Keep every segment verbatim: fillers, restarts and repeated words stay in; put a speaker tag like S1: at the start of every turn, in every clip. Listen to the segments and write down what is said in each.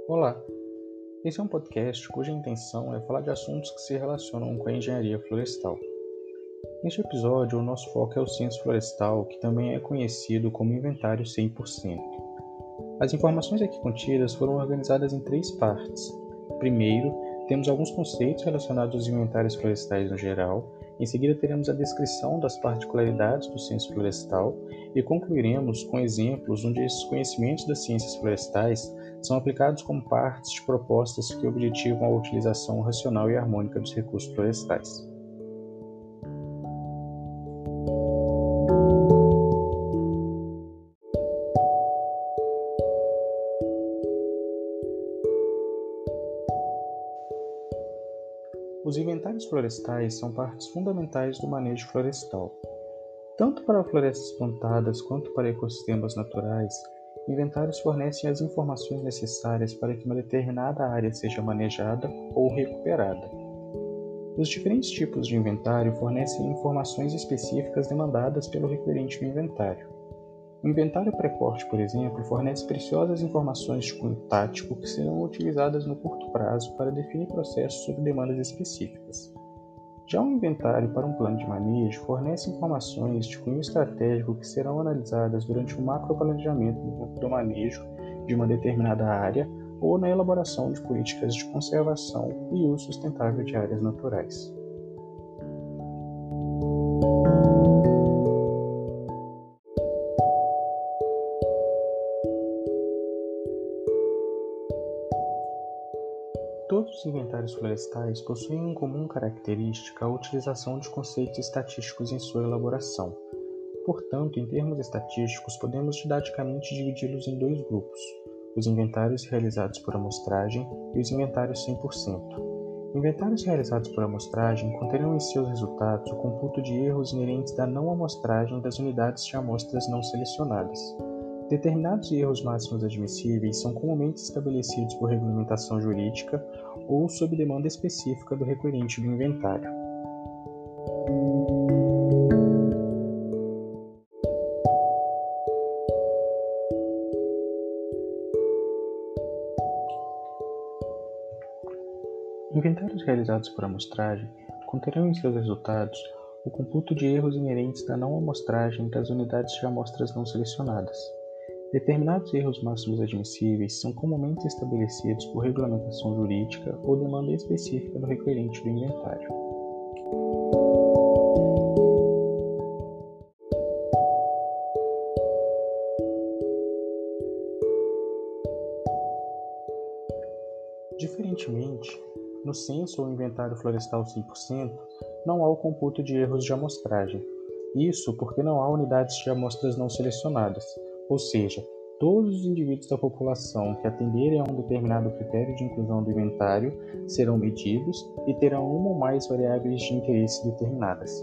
S1: Olá, esse é um podcast cuja intenção é falar de assuntos que se relacionam com a engenharia florestal. Neste episódio, o nosso foco é o censo florestal, que também é conhecido como inventário cem por cento. As informações aqui contidas foram organizadas em três partes. Primeiro, temos alguns conceitos relacionados aos inventários florestais no geral. Em seguida, teremos a descrição das particularidades do censo florestal e concluiremos com exemplos onde esses conhecimentos das ciências florestais são aplicados como partes de propostas que objetivam a utilização racional e harmônica dos recursos florestais. Os inventários florestais são partes fundamentais do manejo florestal. Tanto para florestas plantadas quanto para ecossistemas naturais, inventários fornecem as informações necessárias para que uma determinada área seja manejada ou recuperada. Os diferentes tipos de inventário fornecem informações específicas demandadas pelo requerente do inventário. O inventário pré-corte, por exemplo, fornece preciosas informações de cunho tático que serão utilizadas no curto prazo para definir processos sob demandas específicas. Já o inventário para um plano de manejo fornece informações de cunho estratégico que serão analisadas durante o macroplanejamento do manejo de uma determinada área ou na elaboração de políticas de conservação e uso sustentável de áreas naturais. Todos os inventários florestais possuem em comum característica a utilização de conceitos estatísticos em sua elaboração. Portanto, em termos estatísticos, podemos didaticamente dividi-los em dois grupos: os inventários realizados por amostragem e os inventários cem por cento. Inventários realizados por amostragem conterão em seus resultados o computo de erros inerentes da não amostragem das unidades de amostras não selecionadas. Determinados erros máximos admissíveis são comumente estabelecidos por regulamentação jurídica ou sob demanda específica do requerente do inventário. Inventários realizados por amostragem conterão em seus resultados o computo de erros inerentes da não amostragem das unidades de amostras não selecionadas. Determinados erros máximos admissíveis são comumente estabelecidos por regulamentação jurídica ou demanda específica do requerente do inventário. Diferentemente, no censo ou inventário florestal cem por cento, não há o computo de erros de amostragem. Isso porque não há unidades de amostras não selecionadas, ou seja, todos os indivíduos da população que atenderem a um determinado critério de inclusão do inventário serão medidos e terão uma ou mais variáveis de interesse determinadas.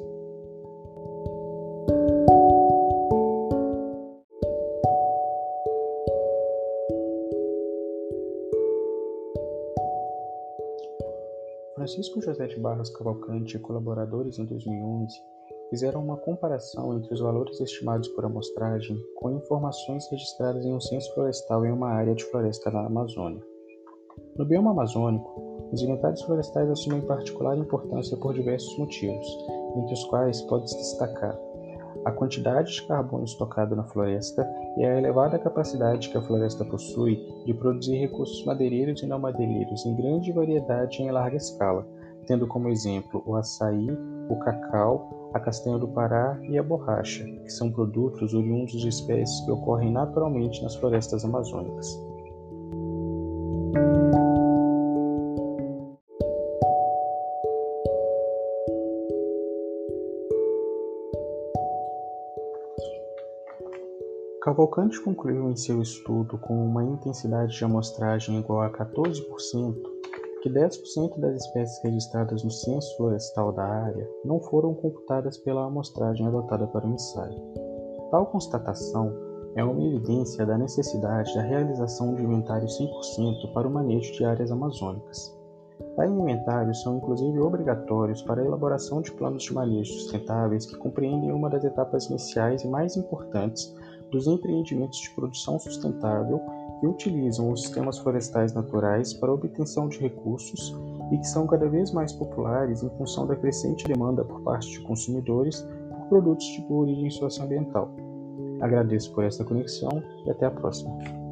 S1: Francisco José de Barros Cavalcante e colaboradores em dois mil e onze fizeram uma comparação entre os valores estimados por amostragem com informações registradas em um censo florestal em uma área de floresta na Amazônia. No bioma amazônico, os inventários florestais assumem particular importância por diversos motivos, entre os quais pode-se destacar a quantidade de carbono estocado na floresta e a elevada capacidade que a floresta possui de produzir recursos madeireiros e não madeireiros em grande variedade e em larga escala, tendo como exemplo o açaí, o cacau, a castanha do Pará e a borracha, que são produtos oriundos de espécies que ocorrem naturalmente nas florestas amazônicas. Cavalcante concluiu em seu estudo com uma intensidade de amostragem igual a quatorze por cento que dez por cento das espécies registradas no censo florestal da área não foram computadas pela amostragem adotada para o ensaio. Tal constatação é uma evidência da necessidade da realização de inventários cem por cento para o manejo de áreas amazônicas. Tais inventários são inclusive obrigatórios para a elaboração de planos de manejo sustentáveis que compreendem uma das etapas iniciais e mais importantes dos empreendimentos de produção sustentável que utilizam os sistemas florestais naturais para a obtenção de recursos e que são cada vez mais populares em função da crescente demanda por parte de consumidores por produtos de boa origem socioambiental. Agradeço por esta conexão e até a próxima.